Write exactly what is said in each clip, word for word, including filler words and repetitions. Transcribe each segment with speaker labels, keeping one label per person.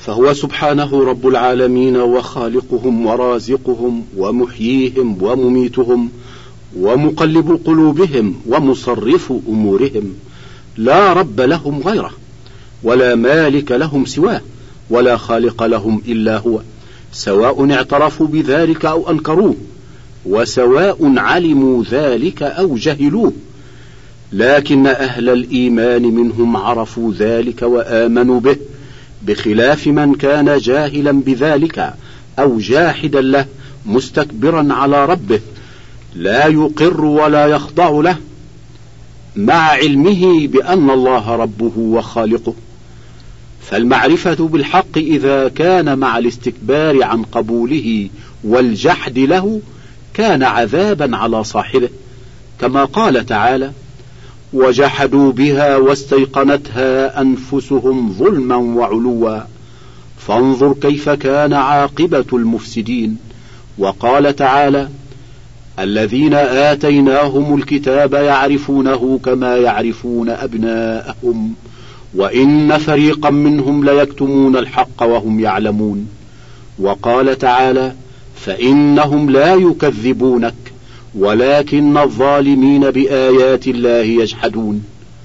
Speaker 1: فهو سبحانه رب العالمين وخالقهم ورازقهم ومحييهم ومميتهم ومقلب قلوبهم ومصرف أمورهم، لا رب لهم غيره، ولا مالك لهم سواه، ولا خالق لهم إلا هو، سواء اعترفوا بذلك أو أنكروه، وسواء علموا ذلك أو جهلوه. لكن أهل الإيمان منهم عرفوا ذلك وآمنوا به، بخلاف من كان جاهلا بذلك أو جاحدا له مستكبرا على ربه، لا يقر ولا يخضع له، مع علمه بأن الله ربه وخالقه. فالمعرفة بالحق إذا كان مع الاستكبار عن قبوله والجحد له كان عذابا على صاحبه، كما قال تعالى: وجحدوا بها واستيقنتها أنفسهم ظلما وعلوا فانظر كيف كان عاقبة المفسدين. وقال تعالى: الذين آتيناهم الكتاب يعرفونه كما يعرفون أبناءهم وإن فريقا منهم ليكتمون الحق وهم يعلمون. وقال تعالى: فإنهم لا يكذبونك ولكن الظالمين بآيات الله يجحدون.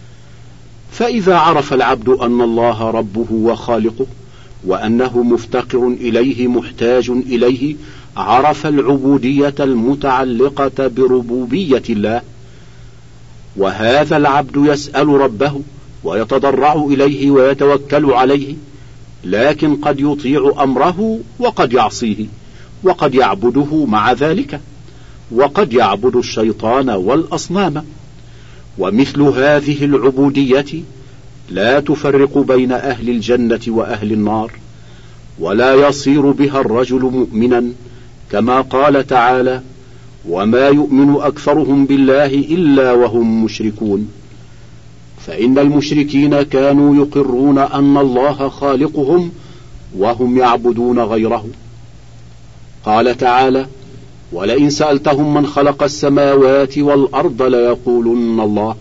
Speaker 1: فإذا عرف العبد أن الله ربه وخالقه وأنه مفتقر إليه محتاج إليه، عرف العبودية المتعلقة بربوبية الله. وهذا العبد يسأل ربه ويتضرع إليه ويتوكل عليه، لكن قد يطيع أمره وقد يعصيه، وقد يعبده مع ذلك، وقد يعبد الشيطان والأصنام. ومثل هذه العبودية لا تفرق بين أهل الجنة وأهل النار، ولا يصير بها الرجل مؤمنا، كما قال تعالى: وما يؤمن أكثرهم بالله إلا وهم مشركون. فإن المشركين كانوا يقرون أن الله خالقهم وهم يعبدون غيره. قال تعالى: ولئن سألتهم من خلق السماوات والأرض ليقولن الله.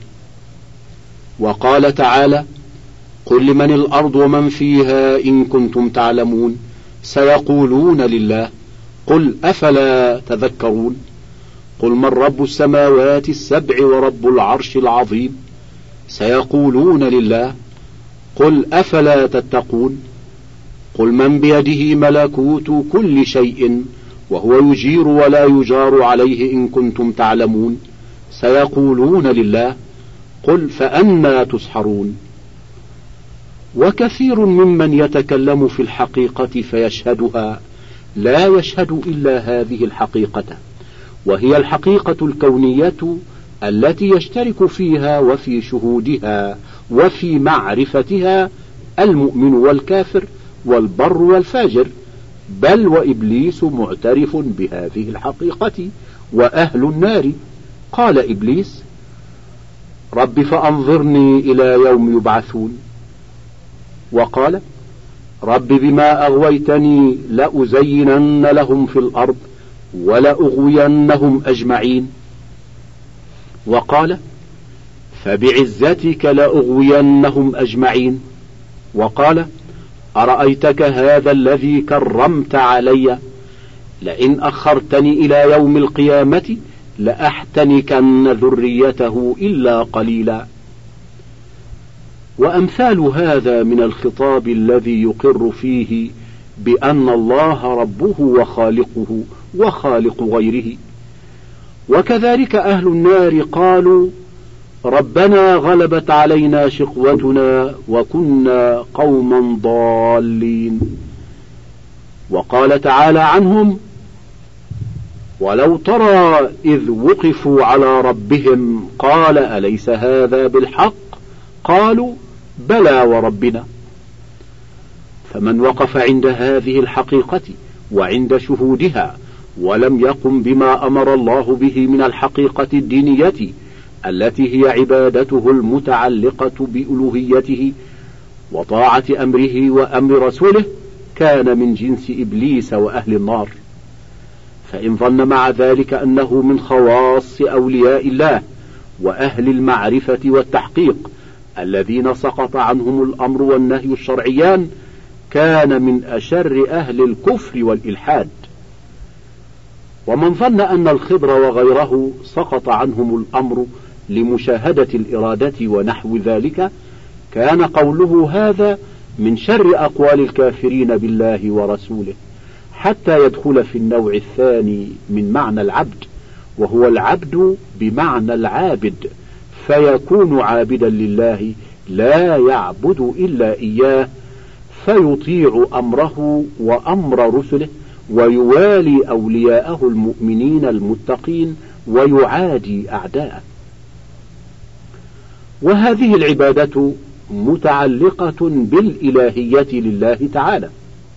Speaker 1: وقال تعالى: قل لمن الأرض ومن فيها إن كنتم تعلمون سيقولون لله قل أفلا تذكرون. قل من رب السماوات السبع ورب العرش العظيم سيقولون لله قل أفلا تتقون. قل من بيده ملكوت كل شيء وهو يجير ولا يجار عليه إن كنتم تعلمون سيقولون لله قل فأنى تسحرون. وكثير ممن يتكلم في الحقيقة فيشهدها لا يشهد إلا هذه الحقيقة، وهي الحقيقة الكونية التي يشترك فيها وفي شهودها وفي معرفتها المؤمن والكافر والبر والفاجر، بل وإبليس معترف بهذه الحقيقة وأهل النار. قال إبليس: رب فأنظرني إلى يوم يبعثون. وقال: رب بما أغويتني لأزينن لهم في الأرض ولأغوينهم أجمعين. وقال: فبعزتك لأغوينهم أجمعين. وقال: أرأيتك هذا الذي كرمت علي لئن أخرتني إلى يوم القيامة لأحتنكن ذريته إلا قليلا. وأمثال هذا من الخطاب الذي يقر فيه بأن الله ربه وخالقه وخالق غيره. وكذلك أهل النار قالوا: ربنا غلبت علينا شقوتنا وكنا قوما ضالين. وقال تعالى عنهم: ولو ترى إذ وقفوا على ربهم قال أليس هذا بالحق؟ قالوا بلى وربنا. فمن وقف عند هذه الحقيقة وعند شهودها ولم يقم بما أمر الله به من الحقيقة الدينية التي هي عبادته المتعلقة بألوهيته وطاعة أمره وأمر رسوله، كان من جنس إبليس وأهل النار. فإن ظن مع ذلك أنه من خواص أولياء الله وأهل المعرفة والتحقيق الذين سقط عنهم الأمر والنهي الشرعيان، كان من أشر أهل الكفر والإلحاد. ومن ظن أن الخضر وغيره سقط عنهم الأمر لمشاهدة الإرادة ونحو ذلك، كان قوله هذا من شر أقوال الكافرين بالله ورسوله، حتى يدخل في النوع الثاني من معنى العبد، وهو العبد بمعنى العابد، فيكون عابدا لله لا يعبد إلا إياه، فيطيع أمره وأمر رسله، ويوالي أولياءه المؤمنين المتقين، ويعادي أعداءه. وهذه العبادة متعلقة بالإلهية لله تعالى،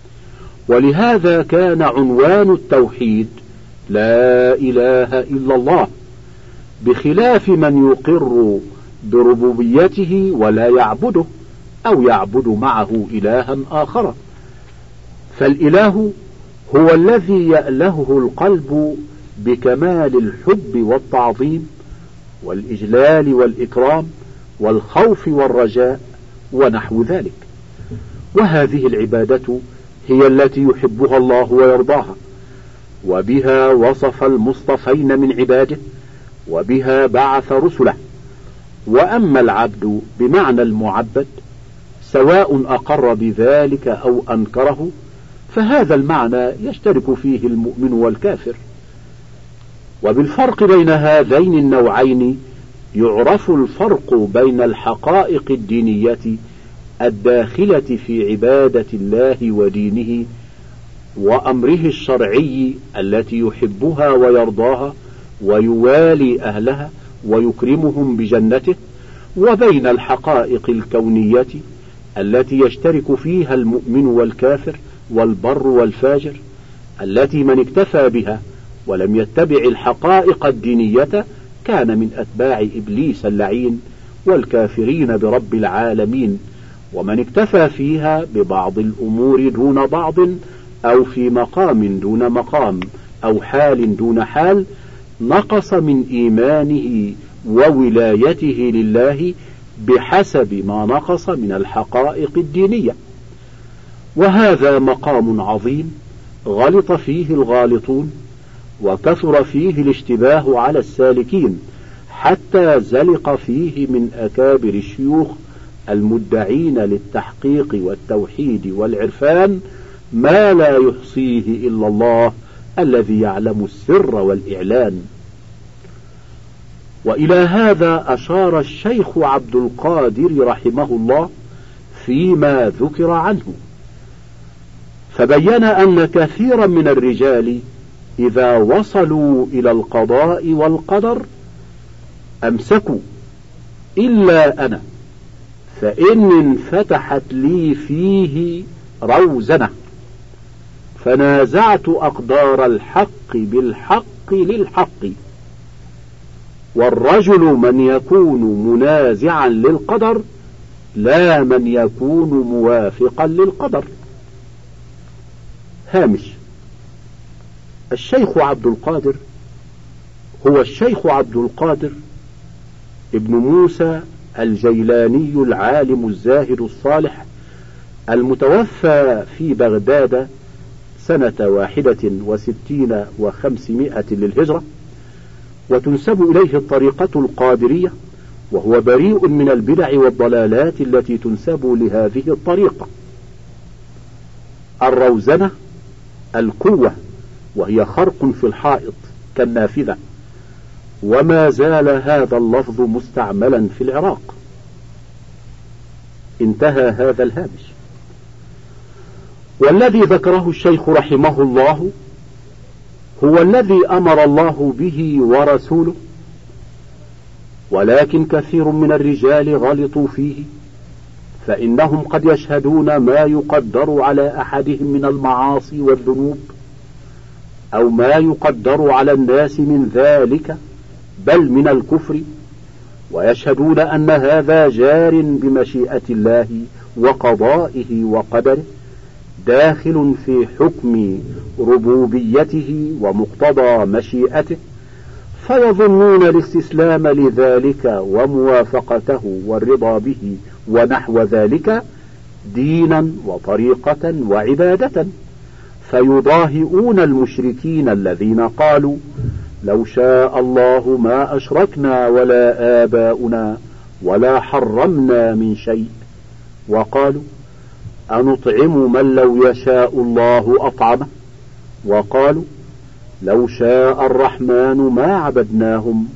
Speaker 1: ولهذا كان عنوان التوحيد لا إله إلا الله، بخلاف من يقر بربوبيته ولا يعبده أو يعبد معه إلها آخر. فالإله هو الذي يألهه القلب بكمال الحب والتعظيم والإجلال والإكرام والخوف والرجاء ونحو ذلك. وهذه العبادة هي التي يحبها الله ويرضاها، وبها وصف المصطفين من عباده، وبها بعث رسله. وأما العبد بمعنى المعبد، سواء أقر بذلك أو أنكره، فهذا المعنى يشترك فيه المؤمن والكافر. وبالفرق بين هذين النوعين يعرف الفرق بين الحقائق الدينية الداخلة في عبادة الله ودينه وأمره الشرعي التي يحبها ويرضاها ويوالي أهلها ويكرمهم بجنته، وبين الحقائق الكونية التي يشترك فيها المؤمن والكافر والبر والفاجر، التي من اكتفى بها ولم يتبع الحقائق الدينية كان من أتباع إبليس اللعين والكافرين برب العالمين. ومن اكتفى فيها ببعض الأمور دون بعض، أو في مقام دون مقام، أو حال دون حال، نقص من إيمانه وولايته لله بحسب ما نقص من الحقائق الدينية. وهذا مقام عظيم غلط فيه الغالطون، وكثر فيه الاشتباه على السالكين، حتى زلق فيه من أكابر الشيوخ المدعين للتحقيق والتوحيد والعرفان ما لا يحصيه إلا الله الذي يعلم السر والإعلان. وإلى هذا أشار الشيخ عبد القادر رحمه الله فيما ذكر عنه، فبين أن كثيرا من الرجال إذا وصلوا إلى القضاء والقدر أمسكوا، إلا أنا فإن انفتحت لي فيه روزنة فنازعت أقدار الحق بالحق للحق. والرجل من يكون منازعا للقدر لا من يكون موافقا للقدر. هامش: الشيخ عبد القادر هو الشيخ عبد القادر ابن موسى الجيلاني العالم الزاهد الصالح، المتوفى في بغداد سنة واحدة وستين وخمسمائة للهجرة، وتنسب إليه الطريقة القادرية، وهو بريء من البدع والضلالات التي تنسب لهذه الطريقة. الروزنة القوة، وهي خرق في الحائط كالنافذة، وما زال هذا اللفظ مستعملا في العراق. انتهى هذا الهامش. والذي ذكره الشيخ رحمه الله هو الذي أمر الله به ورسوله، ولكن كثير من الرجال غلطوا فيه، فإنهم قد يشهدون ما يقدر على أحدهم من المعاصي والذنوب، أو ما يقدر على الناس من ذلك بل من الكفر، ويشهدون أن هذا جار بمشيئة الله وقضائه وقدره، داخل في حكم ربوبيته ومقتضى مشيئته، فيظنون الاستسلام لذلك وموافقته والرضا به ونحو ذلك دينا وطريقة وعبادة، فيضاهئون المشركين الذين قالوا لو شاء الله ما أشركنا ولا آباؤنا ولا حرمنا من شيء، وقالوا أنطعم من لو يشاء الله أطعمه، وقالوا لو شاء الرحمن ما عبدناهم.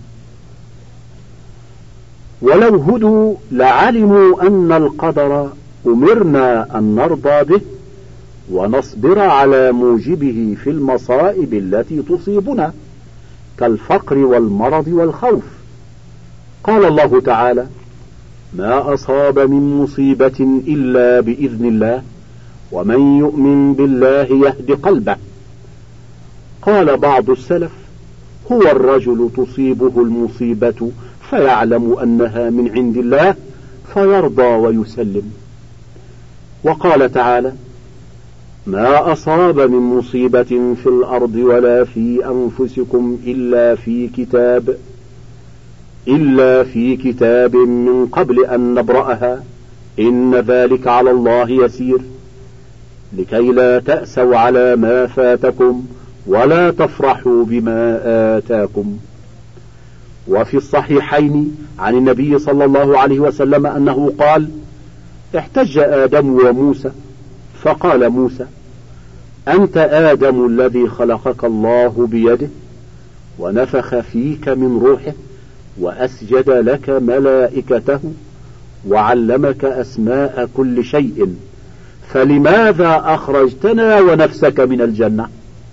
Speaker 1: ولو هدوا لعلموا أن القدر أمرنا أن نرضى به ونصبر على موجبه في المصائب التي تصيبنا كالفقر والمرض والخوف. قال الله تعالى ما أصاب من مصيبة إلا بإذن الله ومن يؤمن بالله يهد قلبه. قال بعض السلف هو الرجل تصيبه المصيبة فيعلم أنها من عند الله فيرضى ويسلم. وقال تعالى ما أصاب من مصيبة في الأرض ولا في أنفسكم إلا في كتاب إلا في كتاب من قبل أن نبرأها إن ذلك على الله يسير لكي لا تأسوا على ما فاتكم ولا تفرحوا بما آتاكم. وفي الصحيحين عن النبي صلى الله عليه وسلم أنه قال احتج آدم وموسى فقال موسى أنت آدم الذي خلقك الله بيده ونفخ فيك من روحه وأسجد لك ملائكته وعلمك أسماء كل شيء فلماذا أخرجتنا ونفسك من الجنة؟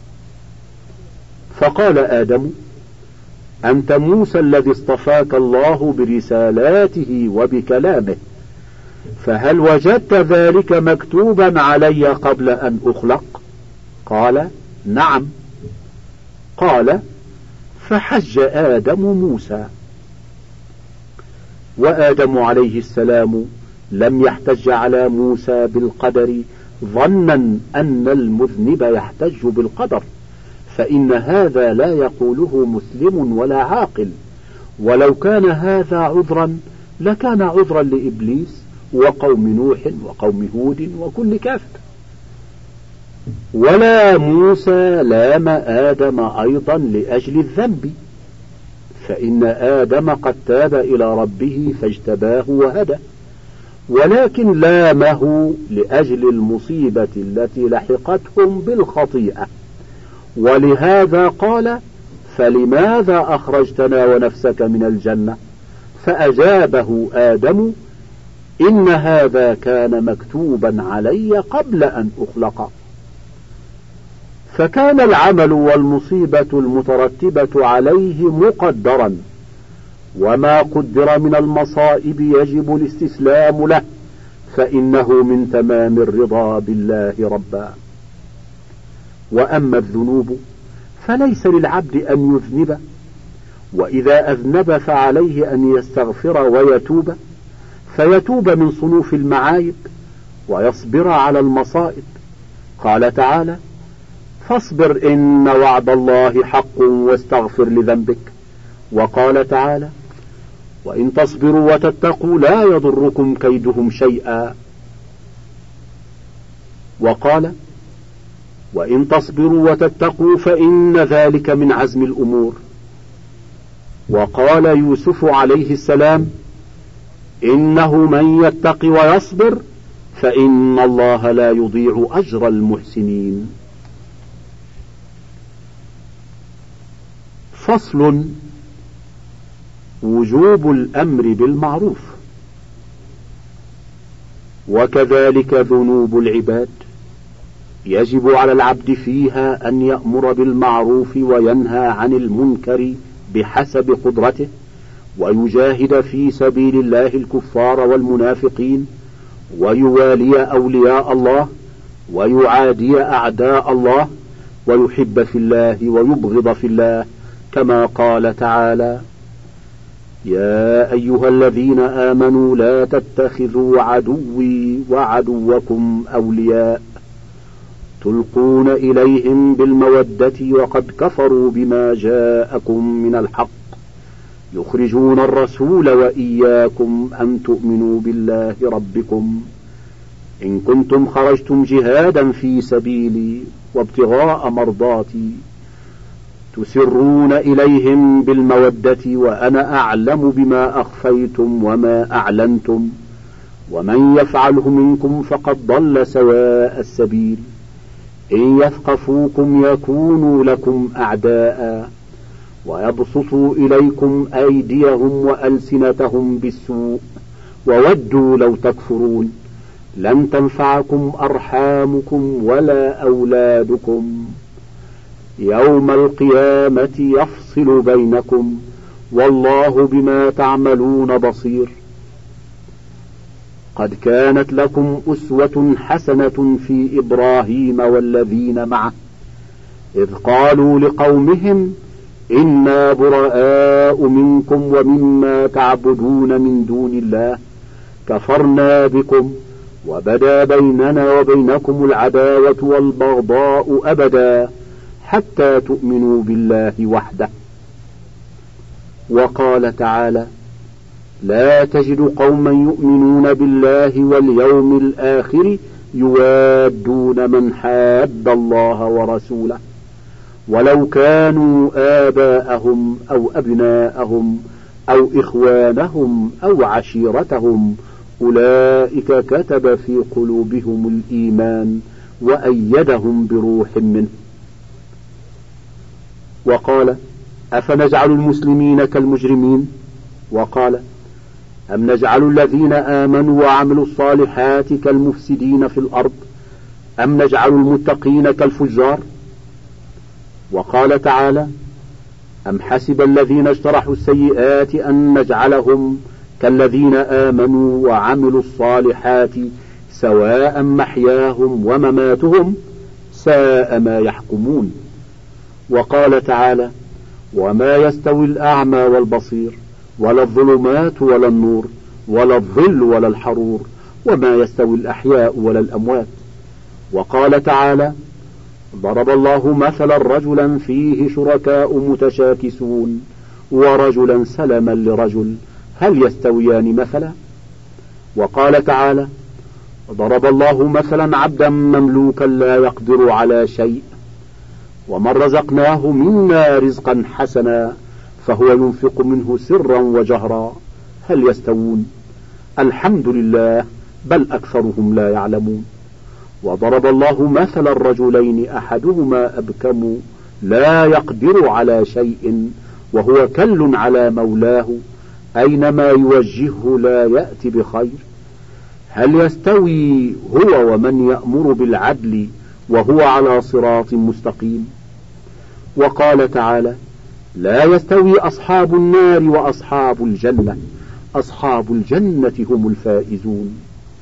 Speaker 1: فقال آدم أنت موسى الذي اصطفاك الله برسالاته وبكلامه، فهل وجدت ذلك مكتوبا علي قبل أن أخلق؟ قال نعم. قال فحج آدم موسى. وآدم عليه السلام لم يحتج على موسى بالقدر ظنا أن المذنب يحتج بالقدر، فإن هذا لا يقوله مسلم ولا عاقل، ولو كان هذا عذرا لكان عذرا لإبليس وقوم نوح وقوم هود وكل كافر. ولا موسى لام آدم أيضا لأجل الذنب، فإن آدم قد تاب إلى ربه فاجتباه وهدى، ولكن لامه لأجل المصيبة التي لحقتهم بالخطيئة، ولهذا قال فلماذا أخرجتنا ونفسك من الجنة؟ فأجابه آدم إن هذا كان مكتوبا علي قبل أن أخلق. فكان العمل والمصيبة المترتبة عليه مقدرا، وما قدر من المصائب يجب الاستسلام له، فإنه من تمام الرضا بالله ربا. وأما الذنوب فليس للعبد أن يذنب، وإذا أذنب فعليه أن يستغفر ويتوب، فيتوب من صنوف المعايب ويصبر على المصائب. قال تعالى فاصبر إن وعد الله حق واستغفر لذنبك. وقال تعالى وإن تصبروا وتتقوا لا يضركم كيدهم شيئا. وقال وإن تصبروا وتتقوا فإن ذلك من عزم الأمور. وقال يوسف عليه السلام إنه من يتق ويصبر فإن الله لا يضيع أجر المحسنين. فصل: وجوب الأمر بالمعروف. وكذلك ذنوب العباد يجب على العبد فيها أن يأمر بالمعروف وينهى عن المنكر بحسب قدرته، ويجاهد في سبيل الله الكفار والمنافقين، ويوالي أولياء الله، ويعادي أعداء الله، ويحب في الله ويبغض في الله، كما قال تعالى يا أيها الذين آمنوا لا تتخذوا عدوي وعدوكم أولياء تلقون إليهم بالمودة وقد كفروا بما جاءكم من الحق يخرجون الرسول وإياكم أن تؤمنوا بالله ربكم إن كنتم خرجتم جهادا في سبيلي وابتغاء مرضاتي تسرون إليهم بالمودة وأنا أعلم بما أخفيتم وما أعلنتم ومن يفعله منكم فقد ضل سواء السبيل إن يثقفوكم يكونوا لكم أعداء ويبسطوا إليكم أيديهم وألسنتهم بالسوء وودوا لو تكفرون لن تنفعكم أرحامكم ولا أولادكم يوم القيامة يفصل بينكم والله بما تعملون بصير. قد كانت لكم أسوة حسنة في إبراهيم والذين معه إذ قالوا لقومهم إنا براء منكم ومما تعبدون من دون الله كفرنا بكم وبدا بيننا وبينكم العداوة والبغضاء أبدا حتى تؤمنوا بالله وحده. وقال تعالى لا تجد قوما يؤمنون بالله واليوم الآخر يوادون من حاد الله ورسوله ولو كانوا آباءهم أو أبناءهم أو إخوانهم أو عشيرتهم أولئك كتب في قلوبهم الإيمان وأيدهم بروح منه. وقال أفنجعل المسلمين كالمجرمين وقال أم نجعل الذين آمنوا وعملوا الصالحات كالمفسدين في الأرض أم نجعل المتقين كالفجار. وقال تعالى أم حسب الذين اجترحوا السيئات أن نجعلهم كالذين آمنوا وعملوا الصالحات سواء محياهم ومماتهم ساء ما يحكمون. وقال تعالى وما يستوي الأعمى والبصير ولا الظلمات ولا النور ولا الظل ولا الحرور وما يستوي الأحياء ولا الأموات. وقال تعالى ضرب الله مثلا رجلا فيه شركاء متشاكسون ورجلا سلما لرجل هل يستويان مثلا. وقال تعالى ضرب الله مثلا عبدا مملوكا لا يقدر على شيء ومن رزقناه منا رزقا حسنا فهو ينفق منه سرا وجهرا هل يستوون الحمد لله بل أكثرهم لا يعلمون. وضرب الله مثل الرجلين أحدهما أبكم لا يقدر على شيء وهو كل على مولاه أينما يوجهه لا يأتي بخير هل يستوي هو ومن يأمر بالعدل وهو على صراط مستقيم. وقال تعالى لا يستوي أصحاب النار وأصحاب الجنة أصحاب الجنة هم الفائزون.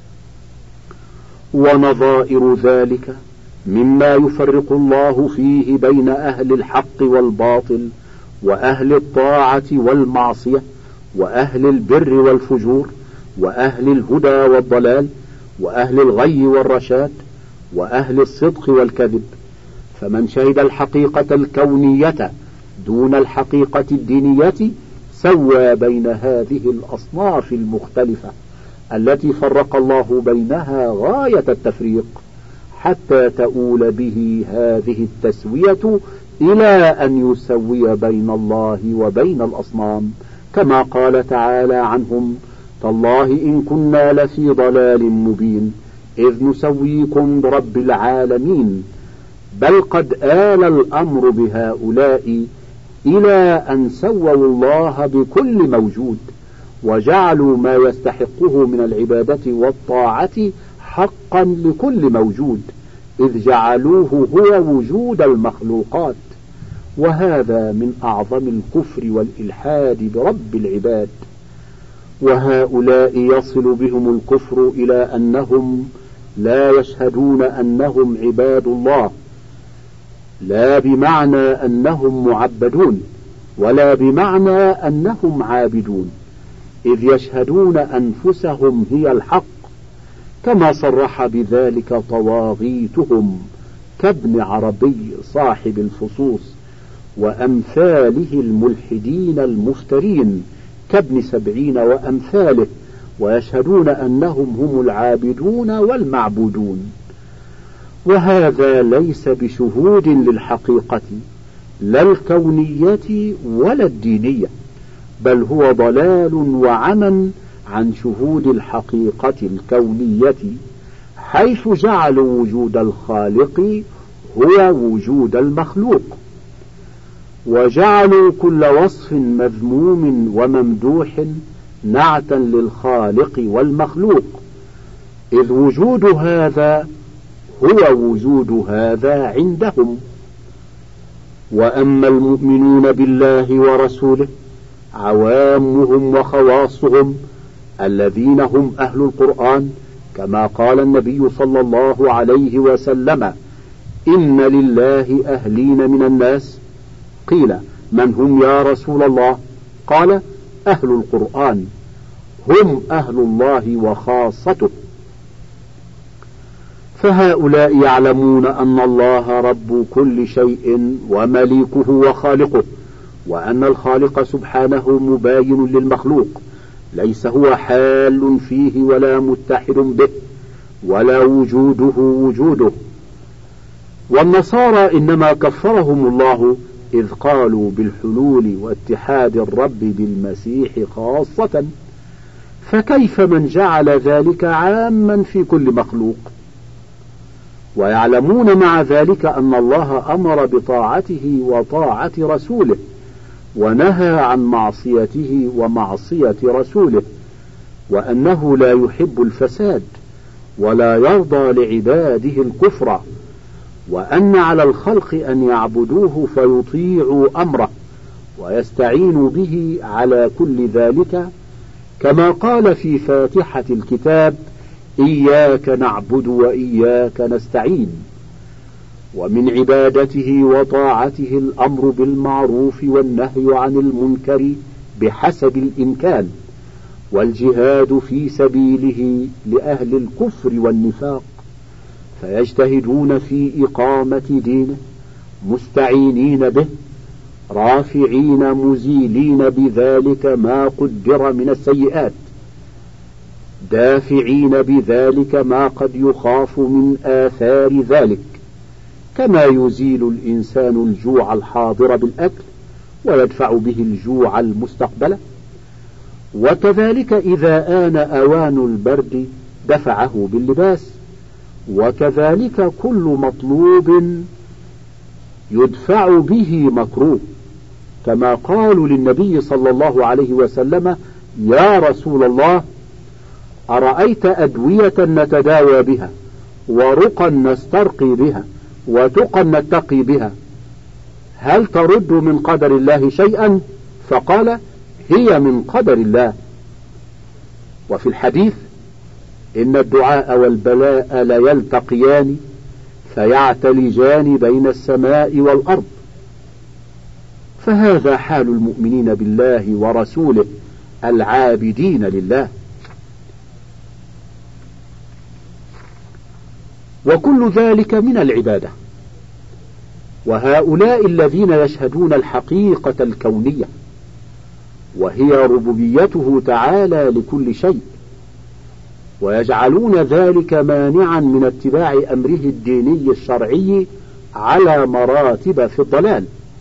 Speaker 1: ونظائر ذلك مما يفرق الله فيه بين أهل الحق والباطل وأهل الطاعة والمعصية وأهل البر والفجور وأهل الهدى والضلال وأهل الغي والرشاد وأهل الصدق والكذب. فمن شهد الحقيقة الكونية دون الحقيقة الدينية سوى بين هذه الأصناف المختلفة التي فرق الله بينها غاية التفريق حتى تؤول به هذه التسوية إلى أن يسوي بين الله وبين الأصنام كما قال تعالى عنهم تالله إن كنا لفي ضلال مبين إذ نسويكم برب العالمين بل قد آل الأمر بهؤلاء إلى أن سووا الله بكل موجود وجعلوا ما يستحقه من العبادة والطاعة حقا لكل موجود إذ جعلوه هو وجود المخلوقات وهذا من أعظم الكفر والإلحاد برب العباد. وهؤلاء يصل بهم الكفر إلى أنهم لا يشهدون أنهم عباد الله لا بمعنى أنهم معبدون ولا بمعنى أنهم عابدون إذ يشهدون أنفسهم هي الحق كما صرح بذلك طواغيتهم كابن عربي صاحب الفصوص وأمثاله الملحدين المفترين كابن سبعين وأمثاله ويشهدون أنهم هم العابدون والمعبودون، وهذا ليس بشهود للحقيقة لا الكونية ولا الدينية، بل هو ضلال وعمى عن شهود الحقيقة الكونية، حيث جعلوا وجود الخالق هو وجود المخلوق، وجعلوا كل وصف مذموم وممدوح نعتا للخالق والمخلوق، إذ وجود هذا هو وجود هذا عندهم. وأما المؤمنون بالله ورسوله عوامهم وخواصهم الذين هم أهل القرآن، كما قال النبي صلى الله عليه وسلم: إن لله أهلين من الناس. قيل: من هم يا رسول الله؟ قال: أهل القرآن، هم أهل الله وخاصته. فهؤلاء يعلمون أن الله رب كل شيء ومليكه وخالقه، وأن الخالق سبحانه مباين للمخلوق، ليس هو حال فيه ولا متحد به ولا وجوده وجوده. والنصارى إنما كفرهم الله إذ قالوا بالحلول واتحاد الرب بالمسيح خاصة، فكيف من جعل ذلك عاما في كل مخلوق؟ ويعلمون مع ذلك أن الله أمر بطاعته وطاعة رسوله، ونهى عن معصيته ومعصية رسوله، وأنه لا يحب الفساد ولا يرضى لعباده الكفر، وأن على الخلق أن يعبدوه فيطيعوا أمره ويستعينوا به على كل ذلك، كما قال في فاتحة الكتاب: إياك نعبد وإياك نستعين. ومن عبادته وطاعته الأمر بالمعروف والنهي عن المنكر بحسب الإمكان، والجهاد في سبيله لأهل الكفر والنفاق، فيجتهدون في إقامة دينه مستعينين به، رافعين مزيلين بذلك ما قدر من السيئات، دافعين بذلك ما قد يخاف من آثار ذلك، كما يزيل الإنسان الجوع الحاضر بالأكل ويدفع به الجوع المستقبل، وكذلك إذا آن أوان البرد دفعه باللباس، وكذلك كل مطلوب يدفع به مكروه، كما قالوا للنبي صلى الله عليه وسلم: يا رسول الله، أرأيت أدوية نتداوى بها، ورقا نسترقي بها، وتقا نتقي بها، هل ترد من قدر الله شيئا؟ فقال: هي من قدر الله. وفي الحديث: إن الدعاء والبلاء ليلتقيان فيعتلجان بين السماء والأرض. فهذا حال المؤمنين بالله ورسوله العابدين لله. وكل ذلك من العبادة. وهؤلاء الذين يشهدون الحقيقة الكونية، وهي ربوبيته تعالى لكل شيء، ويجعلون ذلك مانعا من اتباع أمره الديني الشرعي على مراتب في الضلال،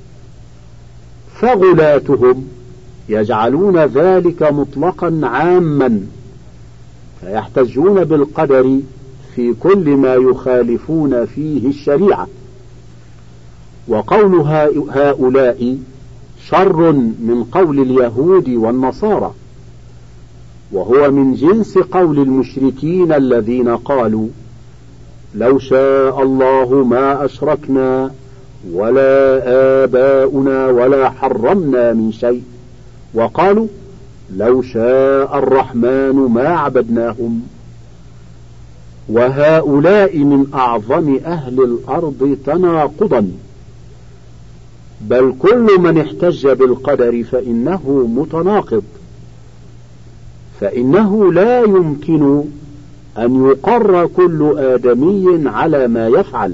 Speaker 1: فغلاتهم يجعلون ذلك مطلقا عاما، فيحتجون بالقدر في كل ما يخالفون فيه الشريعة. وقول هؤلاء شر من قول اليهود والنصارى، وهو من جنس قول المشركين الذين قالوا: لو شاء الله ما أشركنا ولا آباؤنا ولا حرمنا من شيء، وقالوا: لو شاء الرحمن ما عبدناهم. وهؤلاء من أعظم أهل الأرض تناقضا، بل كل من احتج بالقدر فإنه متناقض، فإنه لا يمكن أن يقر كل آدمي على ما يفعل،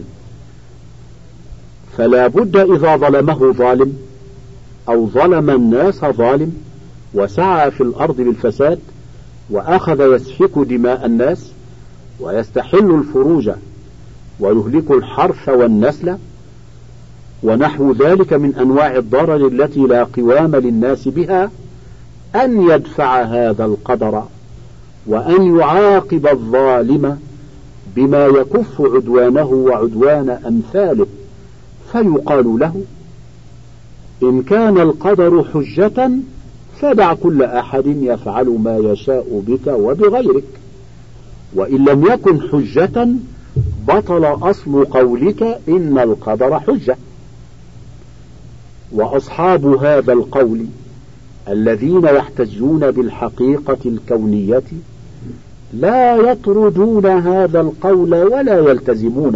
Speaker 1: فلا بد إذا ظلمه ظالم أو ظلم الناس ظالم وسعى في الأرض بالفساد وأخذ يسفك دماء الناس ويستحل الفروج ويهلك الحرث والنسل ونحو ذلك من أنواع الضرر التي لا قوام للناس بها، أن يدفع هذا القدر وأن يعاقب الظالم بما يكف عدوانه وعدوان أمثاله، فيقال له: إن كان القدر حجة فدع كل أحد يفعل ما يشاء بك وبغيرك، وإن لم يكن حجة بطل أصل قولك إن القدر حجة. وأصحاب هذا القول الذين يحتجون بالحقيقة الكونية لا يطردون هذا القول ولا يلتزمونه،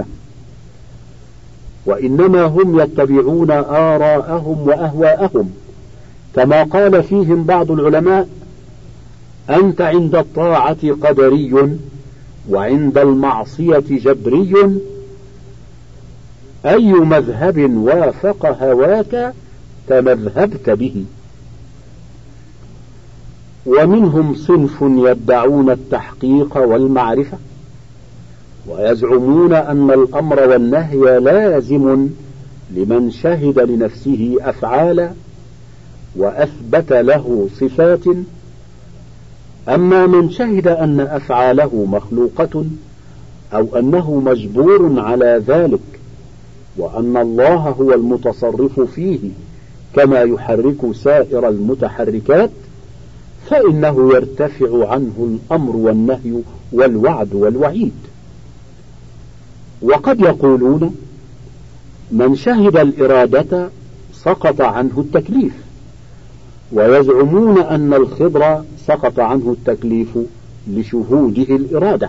Speaker 1: وإنما هم يتبعون آراءهم وأهواءهم، كما قال فيهم بعض العلماء: أنت عند الطاعة قدري وعند المعصية جبري، أي مذهب وافق هواك تمذهبت به. ومنهم صنف يدعون التحقيق والمعرفة ويزعمون أن الأمر والنهي لازم لمن شهد لنفسه أفعالا وأثبت له صفات، أما من شهد أن أفعاله مخلوقة أو أنه مجبور على ذلك وأن الله هو المتصرف فيه كما يحرك سائر المتحركات، فإنه يرتفع عنه الأمر والنهي والوعد والوعيد. وقد يقولون: من شهد الإرادة سقط عنه التكليف، ويزعمون أن الخضر سقط عنه التكليف لشهوده الإرادة.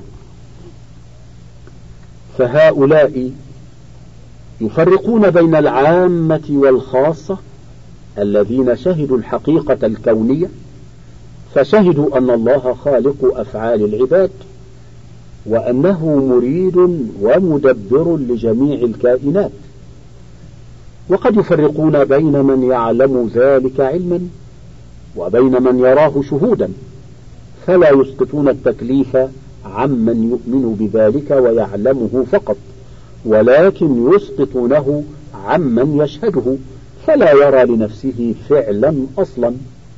Speaker 1: فهؤلاء يفرقون بين العامة والخاصة الذين شهدوا الحقيقة الكونية، فشهدوا أن الله خالق أفعال العباد وأنه مريد ومدبر لجميع الكائنات. وقد يفرقون بين من يعلم ذلك علما وبين من يراه شهودا، فلا يسقطون التكليف عمن يؤمن بذلك ويعلمه فقط، ولكن يسقطونه عمن يشهده فلا يرى لنفسه فعلا أصلا.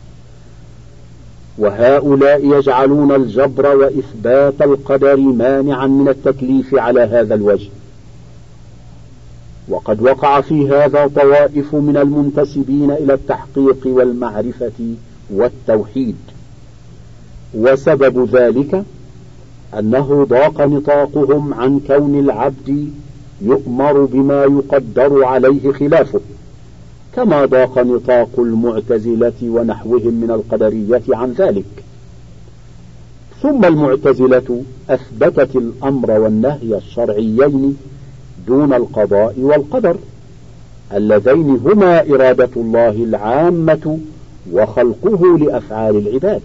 Speaker 1: وهؤلاء يجعلون الجبر وإثبات القدر مانعا من التكليف على هذا الوجه. وقد وقع في هذا طوائف من المنتسبين إلى التحقيق والمعرفة والتوحيد، وسبب ذلك أنه ضاق نطاقهم عن كون العبد يؤمر بما يقدر عليه خلافه، كما ضاق نطاق المعتزلة ونحوهم من القدرية عن ذلك. ثم المعتزلة أثبتت الأمر والنهي الشرعيين دون القضاء والقدر، اللذين هما إرادة الله العامة وخلقه لأفعال العباد.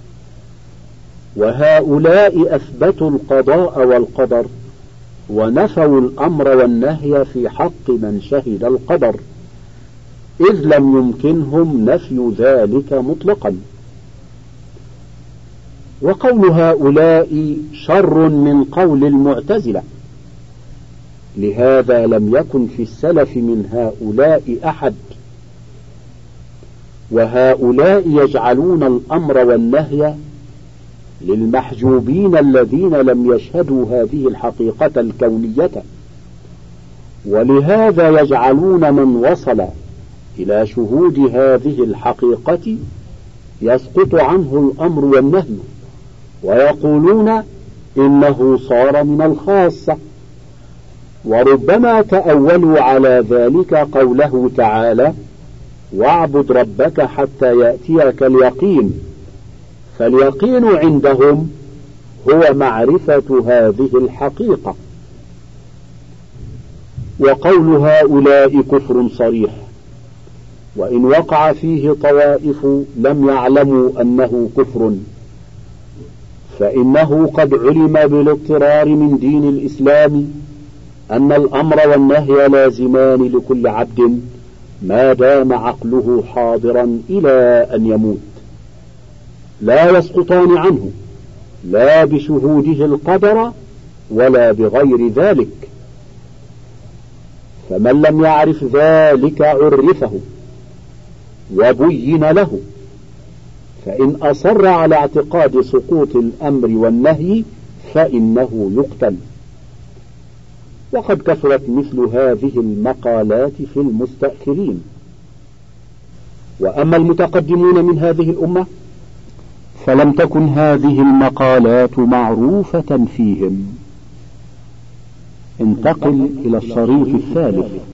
Speaker 1: وهؤلاء أثبتوا القضاء والقدر ونفوا الأمر والنهي في حق من شهد القدر، إذ لم يمكنهم نفي ذلك مطلقا. وقول هؤلاء شر من قول المعتزلة، لهذا لم يكن في السلف من هؤلاء أحد. وهؤلاء يجعلون الأمر والنهي للمحجوبين الذين لم يشهدوا هذه الحقيقة الكونية، ولهذا يجعلون من وصل إلى شهود هذه الحقيقة يسقط عنه الأمر والنهي، ويقولون إنه صار من الخاصة. وربما تأولوا على ذلك قوله تعالى: واعبد ربك حتى يأتيك اليقين، فاليقين عندهم هو معرفة هذه الحقيقة. وقول هؤلاء كفر صريح، وإن وقع فيه طوائف لم يعلموا أنه كفر، فإنه قد علم بالاضطرار من دين الإسلام أن الأمر والنهي لازمان لكل عبد ما دام عقله حاضرا إلى أن يموت، لا يسقطان عنه لا بشهوده القدر ولا بغير ذلك. فمن لم يعرف ذلك عرفه وبين له، فإن أصر على اعتقاد سقوط الأمر والنهي فإنه يقتل. وقد كثرت مثل هذه المقالات في المستأخرين. وأما المتقدمون من هذه الأمة فلم تكن هذه المقالات معروفة فيهم. انتقل إلى الشريط الثالث.